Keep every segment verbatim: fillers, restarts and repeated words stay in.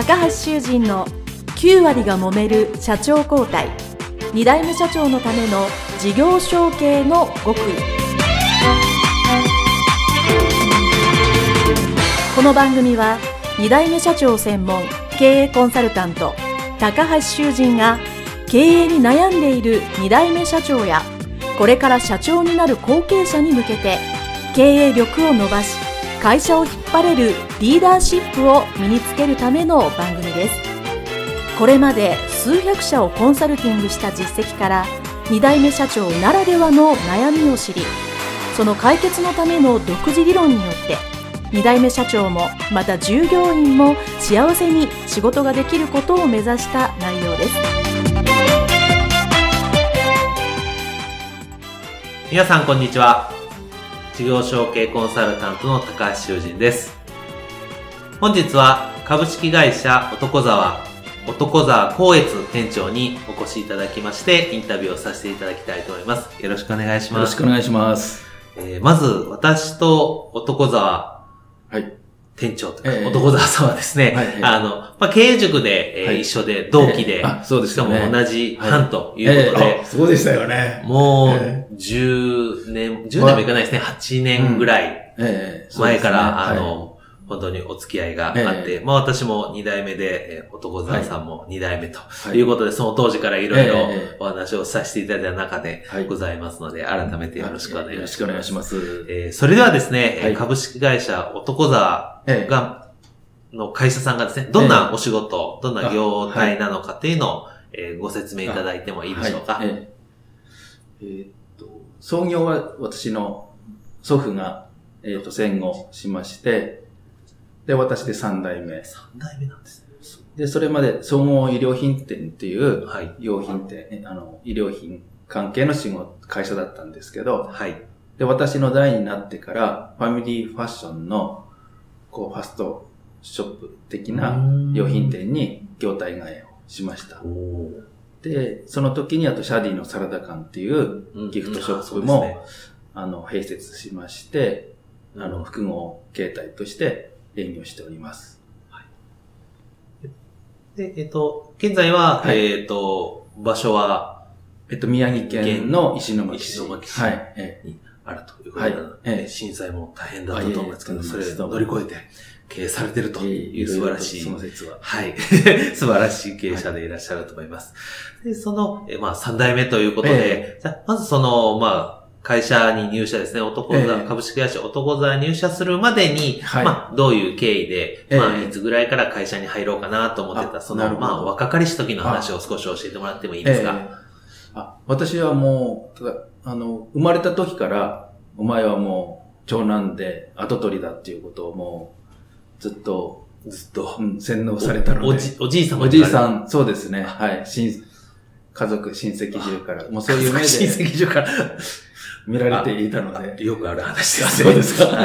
高橋修人のきゅう割が揉める社長交代、に代目社長のための事業承継の極意。この番組はに代目社長専門経営コンサルタント高橋修人が経営に悩んでいるに代目社長やこれから社長になる後継者に向けて経営力を伸ばし会社を引っ張れるリーダーシップを身につけるための番組です。これまで数百社をコンサルティングした実績からに代目社長ならではの悩みを知り、その解決のための独自理論によってに代目社長もまた従業員も幸せに仕事ができることを目指した内容です。 皆さんこんにちは。事業承継コンサルタントの高橋修人です。本日は株式会社男沢男沢光悦店長にお越しいただきましてインタビューをさせていただきたいと思います。よろしくお願いします。 よろしくお願いします。 えー、まず私と男沢店長とか、えー、男沢さんはですね、はいはい、あの、まあ、経営塾で、えーはい、一緒で同期で、えー、そうですね、しかも同じ班ということで、はいえー、 そうでしたよね。 もうじゅうねん、じゅうねんもいかないですね、はちねんぐらい前から、うんえーね、あの、はい、本当にお付き合いがあって、えー、まあ私もに代目で、男沢さんもに代目ということで、はい、その当時からいろいろお話をさせていただいた中でございますので、はい、改めてよろしくお願いします。よろしくお願いします。えー、それではですね、はい、株式会社男沢が、の会社さんがですね、どんなお仕事、どんな業態なのかっていうのを、えー、ご説明いただいてもいいでしょうか。はい、えーえー、っと、創業は私の祖父が、えー、っと戦後しまして、で、私でさん代目。 さん代目なんですね。 で、それまで総合医療品店っていう、はい、用品店、あの、医療品関係の仕事、会社だったんですけど、はい。で、私の代になってから、ファミリーファッションの、こう、ファストショップ的な用品店に業態替えをしました。で、その時にあとシャディのサラダ館っていうギフトショップも、うんうんね、あの、併設しまして、あの、複合形態として営業しております。はい、 で、えっと、現在は、はい、えっと、場所は、 えっと、宮城県の石巻市。 石巻市。はい。えーあるということで、はいえー、震災も大変だったと思うんですけど、それを乗り越えて経営されているという素晴らしい、 その説は。 はい。素晴らしい経営者でいらっしゃると思います。はい、で、その、えまあ、さん代目ということで、えー、じゃまずその、まあ、会社に入社ですね、男座、えー、株式会社男座入社するまでに、はい、まあ、どういう経緯で、えー、まあ、いつぐらいから会社に入ろうかなと思ってた、その、まあ、若かりし時の話を少し教えてもらってもいいですか。 えー、あ私はもう、あの、生まれた時から、お前はもう長男で跡取りだっていうことをもうずっと、ずっと、うん、洗脳されたので。 おじ、おじいさんおじいさん、そうですね。はい。親、家族、親戚中から、もうそういう目で。 親戚中から見られていたので。 よくある話ですね。そうですか。はい。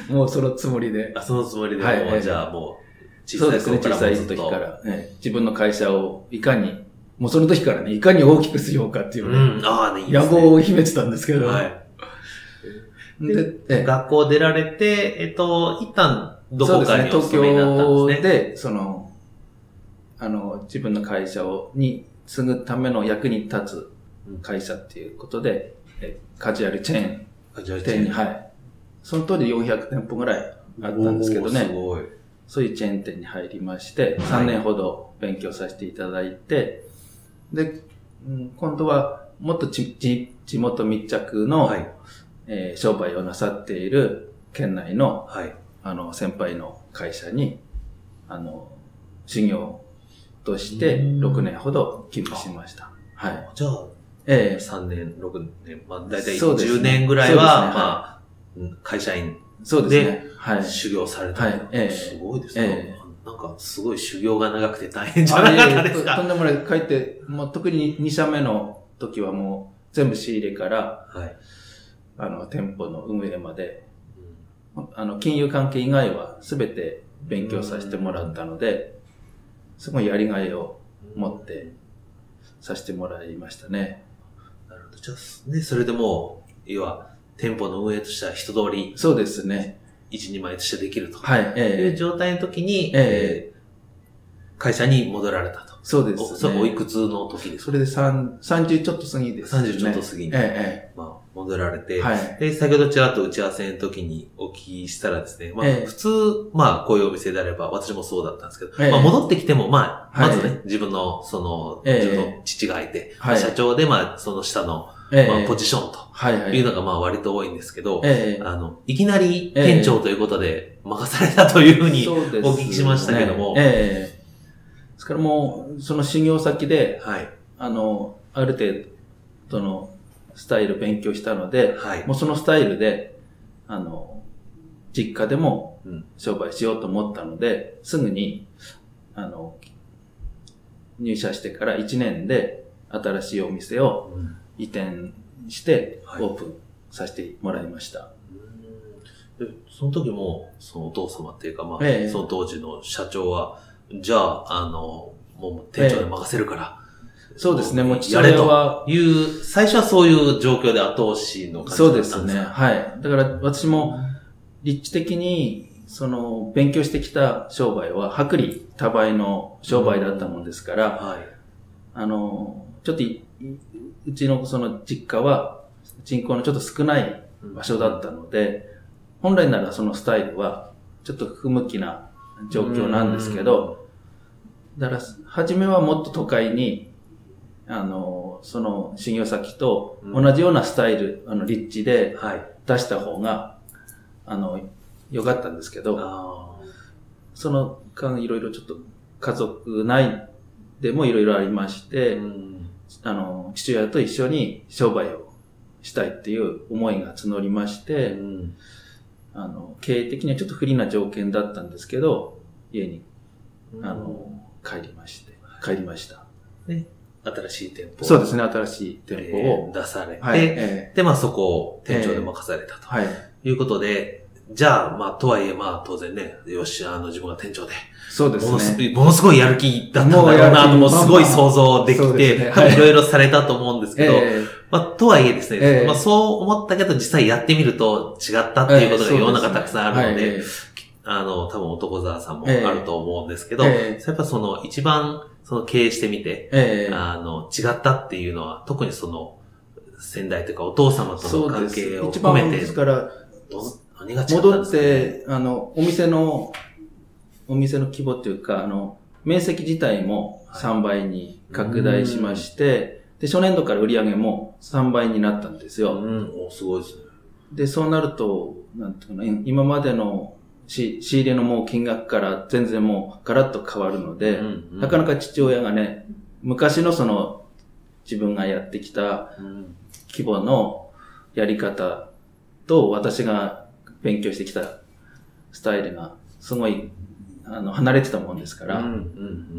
もうそのつもりで。 あ、そのつもりで。はい。じゃあもう、 小さい頃から。そうですね、小さい時から、ね。自分の会社をいかに、もうその時からね、いかに大きくしようかっていうね。うん、ああね、いいですね。野望を秘めてたんですけど。はい。 で、学校出られて、えっと、一旦どこかにお勤めになったんですね。 東京で、その、あの、自分の会社を、に継ぐための役に立つ会社っていうことで、えカジュアルチェーン。 カジュアルチェーン。 はい。その当時よんひゃく店舗ぐらいあったんですけどね。すごい。そういうチェーン店に入りまして、さんねんほど勉強させていただいて、で、今度はもっとちち地元密着の、はいえー、商売をなさっている県内の、はい、あの、先輩の会社に、あの、修行としてろくねんほど勤務しました。はい。 じゃあ、えー、さんねん、ろくねん、まあ、だいたいじゅうねんぐらいは、ね、まあ、会社員で修行された。はい。えー、すごいですね。えー、なんか、すごい修行が長くて大変じゃなかったですか。 とんでもない。帰って、もう特にに社目の時はもう全部仕入れから、はい。あの、店舗の運営まで、うん、あの、金融関係以外は全て勉強させてもらったので、すごいやりがいを持ってさせてもらいましたね。 なるほど。じゃあ、ね、それでもう、要は、店舗の運営としては人通り。 そうですね。 一、二枚としてできると。はい。えー、いう状態の時に、えー、 会社に戻られたと。 そうです、ね。 それおいくつの時ですか？ それでさんじゅうちょっと過ぎです、 ね。さんじゅうちょっと過ぎに、 ええ、 まあ、戻られて、 はい、 で、先ほどちらっと打ち合わせの時にお聞きしたらですね、まあ、ええ、普通、まあ、こういうお店であれば、私もそうだったんですけど、ええ、まあ、戻ってきても、まあ、まずね、はい、自分の、その、ええ、自分の父がいて、はい、社長で、まあ、その下の、ええ、まあ、ポジションというのが、まあ、割と多いんですけど、ええ、あの、いきなり店長ということで任されたというふうにお聞きしましたけども、 ええ、ですからもう、その修行先で、はい、あの、ある程度のスタイル勉強したので、はい、もうそのスタイルで、あの、実家でも商売しようと思ったので、うん、すぐに、あの、入社してからいちねんで新しいお店を移転してオープンさせてもらいました。 はいうん、でその時も、そのお父様っていうか、まあ、ええ、その当時の社長は、じゃあ、あの、もう店長で任せるから、 ええ、そうですね、もうやれという、最初はそういう状況で後押しの感じだったんですか？ そうですね、はい。だから私も、立地的に、その、勉強してきた商売は、薄利多売の商売だったもんですから、うんはい、あの、ちょっと、うちのその実家は、人口のちょっと少ない場所だったので、うん、本来ならそのスタイルは、ちょっと不向きな状況なんですけど、だから、初めはもっと都会に、あの、その修行先と同じようなスタイル、うん、あの、立地で出した方が、あの、良かったんですけど、その間いろいろちょっと家族内でもいろいろありまして、うん、あの、父親と一緒に商売をしたいっていう思いが募りまして、うん、あの、経営的にはちょっと不利な条件だったんですけど、家に、あの、帰りまして、帰りました。 ね、新しい店舗。 そうですね、新しい店舗を、 えー、出されて、はいえー、で、まあそこを店長で任されたと。えー、はい。いうことで、じゃあ、まあ、とはいえ、まあ、当然ね、よし、あの、自分が店長で。 そうですね。 ものすごい、ものすごいやる気だったんだろうなと、もうすごい想像できて、多分いろいろされたと思うんですけど、えー、まあ、とはいえですね、えー、まあ、そう思ったけど、実際やってみると違ったっていうことが世の中たくさんあるので、えーあの、多分男沢さんもあると思うんですけど、えー、やっぱその一番その経営してみて、えー、あの、違ったっていうのは、特にその先代というかお父様との関係を含めて、 ですから、何が違ったんですかね、戻って、あの、お店の、お店の規模というか、あの、面積自体もさんばいに拡大しまして、はい、で、初年度から売り上げもさんばいになったんですよ。 うん、おすごいですね。 で、そうなると、なんていうかな、今までの仕入れのもう金額から全然もうガラッと変わるので、うんうん、なかなか父親がね、昔のその自分がやってきた規模のやり方と私が勉強してきたスタイルがすごいあの離れてたもんですから、うんうんうん、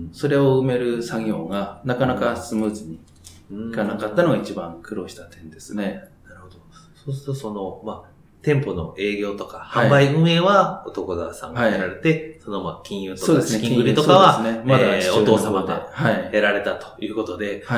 それを埋める作業がなかなかスムーズにいかなかったのが一番苦労した点ですね。 なるほど。そうするとその、まあ店舗の営業とか、販売運営は男沢さんがやられて、はい、そのまあ金融とか資金繰りとかは、ねまだえー、お父様がやられたということで、はい、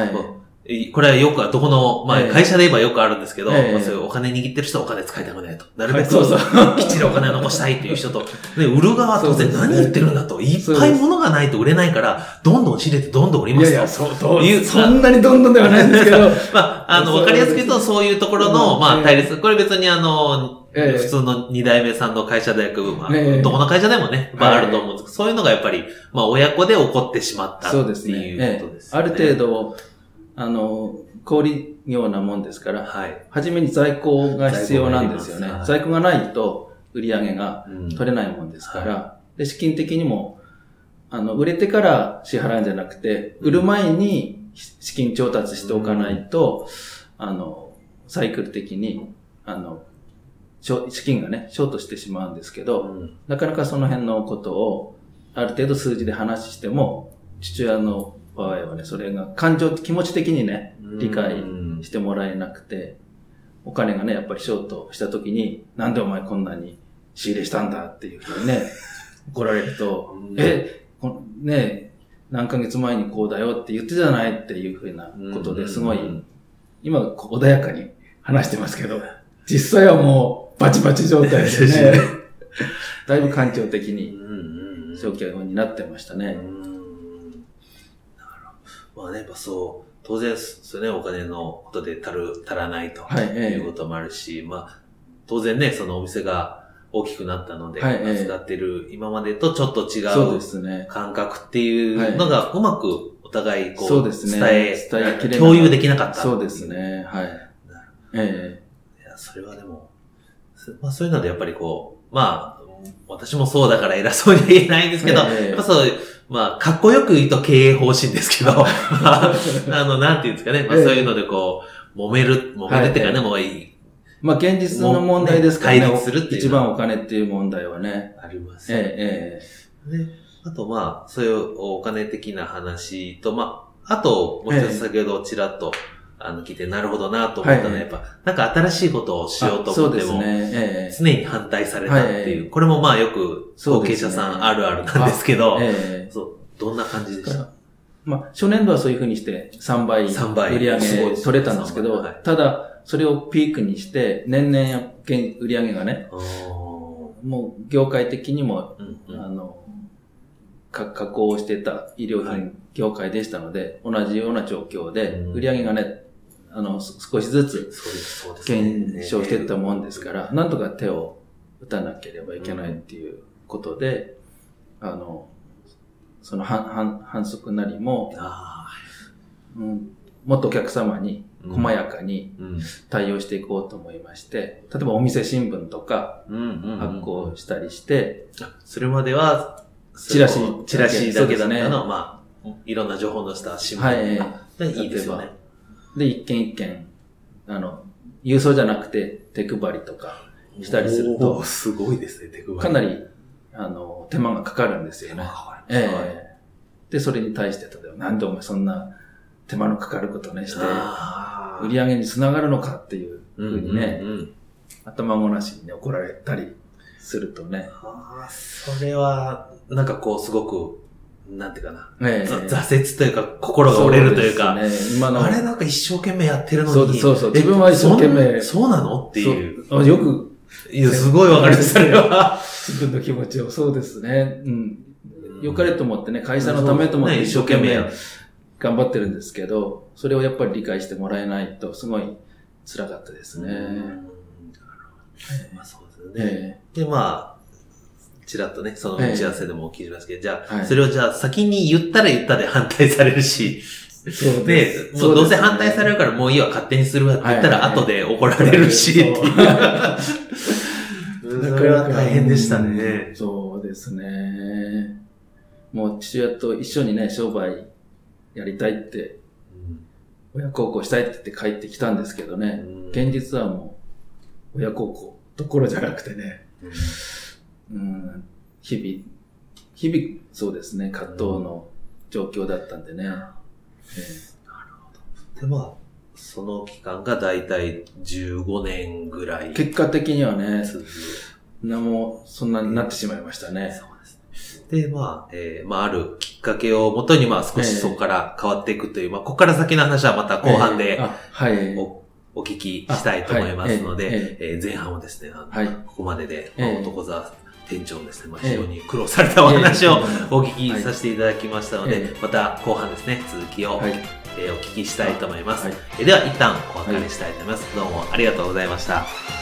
これはよく、どこの、まあ会社で言えばよくあるんですけど、はいまあ、そういうお金握ってる人はお金使いたくないと。なるべく、はい、そうそうきっちりお金を残したいっていう人と、で売る側は当然何言ってるんだと。いっぱい物がないと売れないから、どんどん仕入れてどんどん売りますと。いやいや、そう、 いうそんなにどんどんではないんですけど。 まあ、あの、わかりやすく言うと、そういうところの、まあ対立、これ別にあの、ええ、普通の二代目さんの会社で、まあええ、どこの会社でもね、まああると思うんですけど、そういうのがやっぱり、まあ親子で起こってしまったっていうことですね。ええ、 ある程度、あの、小売業なもんですから、はい、初めに在庫が必要なんですよね。在庫, 在庫がないと売り上げが取れないもんですから、うんはい、で資金的にも、あの、売れてから支払うんじゃなくて、売る前に資金調達しておかないと、うん、あの、サイクル的に、あの、資金がね、ショートしてしまうんですけど、うん、なかなかその辺のことを、ある程度数字で話しても、父親の場合はね、それが感情、気持ち的にね、理解してもらえなくて、お金がね、やっぱりショートした時に、なんでお前こんなに仕入れしたんだっていうふうにね、怒られると、うん、え、こね、何ヶ月前にこうだよって言ってじゃないっていうふうなことですごい、今穏やかに話してますけど、実際はもうバチバチ状態ですね。だいぶ感情的に消去になってましたね。 まあね、やっぱそう、当然、それね、お金のことで足る、足らないということもあるし、はい、まあ、当然ね、そのお店が大きくなったので、はい、使ってる今までとちょっと違う感覚っていうのがうまくお互いこう、そうですね、伝え、伝えきれ共有できなかった。 そうですね、はい。 ええ。いや、それはでも、まあそういうのでやっぱりこう、まあ、私もそうだから偉そうには言えないんですけど、ええ、やっぱそう、まあ、かっこよく言うと経営方針ですけど、あの、なんていうんですかね、まあそういうのでこう、揉める、揉めるっていうかね、はい、もういい。 まあ現実の問題ですからね。 対立するっていう。 一番お金っていう問題はね。 ありますね。ええ、ええ。で、あとまあ、そういうお金的な話と、まあ、あと、もう一つ先ほどちらっと、あの、聞いて、なるほどなと思ったのは、やっぱ、なんか新しいことをしようと思っても、常に反対されたっていう、これもまあよく、後継者さんあるあるなんですけど、そう、どんな感じでした？ まあ、初年度はそういうふうにしてさんばい売り上げ取れたんですけど、ただ、それをピークにして、年々売り上げがね、もう業界的にも、あの、加工してた医療品業界でしたので、同じような状況で、売り上げがね、あの、少しずつ減少していったもんですから、なんとか手を打たなければいけないっていうことで、あの、その反、反、反則なりも、うん、もっとお客様に細やかに対応していこうと思いまして、例えばお店新聞とか発行したりして、 それまでは、チラシ、チラシだけだったの、まあ、いろんな情報のした新聞が、はい、いいですよね。 で、一件一件、あの、郵送じゃなくて手配りとかしたりすると、 すごいですね、手配り。 かなり、あの、手間がかかるんですよね。ええー。で、それに対して、例えば、なんでお前そんな手間のかかることねして、売り上げにつながるのかっていうふうにね、うんうんうん、頭ごなしにね、怒られたりするとね。 あ、それは、なんかこう、すごく、なんていうかな、えー、挫折というか、心が折れるというか、そうですね、今のあれなんか一生懸命やってるのに、 そうそうそう、自分は一生懸命。 そうなのっていう。 あ、よく、 いや、すごいわかります、それは。 自分の気持ちを、そうですね。うん。良かれと思ってね、会社のためと思って一生懸命頑張ってるんですけど、それをやっぱり理解してもらえないと、すごい辛かったですね。うん、 まあそうですね。えー、で、まあ、ちらっとね、その打ち合わせでもお聞きしますけど、えー、じゃあ、はい、それをじゃあ先に言ったら言ったで反対されるし、そうで、もうどうせ反対されるからもういいわ、勝手にするわって言ったら後で怒られるし、っていう。それは大変でしたね。 そうですね。もう父親と一緒にね、商売やりたいって、うん、親孝行したいって言って帰ってきたんですけどね、うん、現実はもう親孝行どころじゃなくてね、うんうん、日々、日々そうですね、葛藤の状況だったんでね。うん、えー、なるほど。で、まあ、その期間がだいたいじゅうごねんぐらい。 結果的にはね、なもそんなになってしまいましたね。 そうですね。で、まあ、えー、まあ、あるきっかけをもとに、まあ、少しそこから変わっていくという、えー、まあ、ここから先の話はまた後半で、えー、はい。おお聞きしたいと思いますので、はい、えーえー、前半はですね、はい、ここまでで、まあ、男座店長ですね、まあ、非常に苦労されたお話をお聞きさせていただきましたので、また後半ですね、続きを、はい、えー、お聞きしたいと思います。はい、えー、では、一旦お別れしたいと思います。どうもありがとうございました。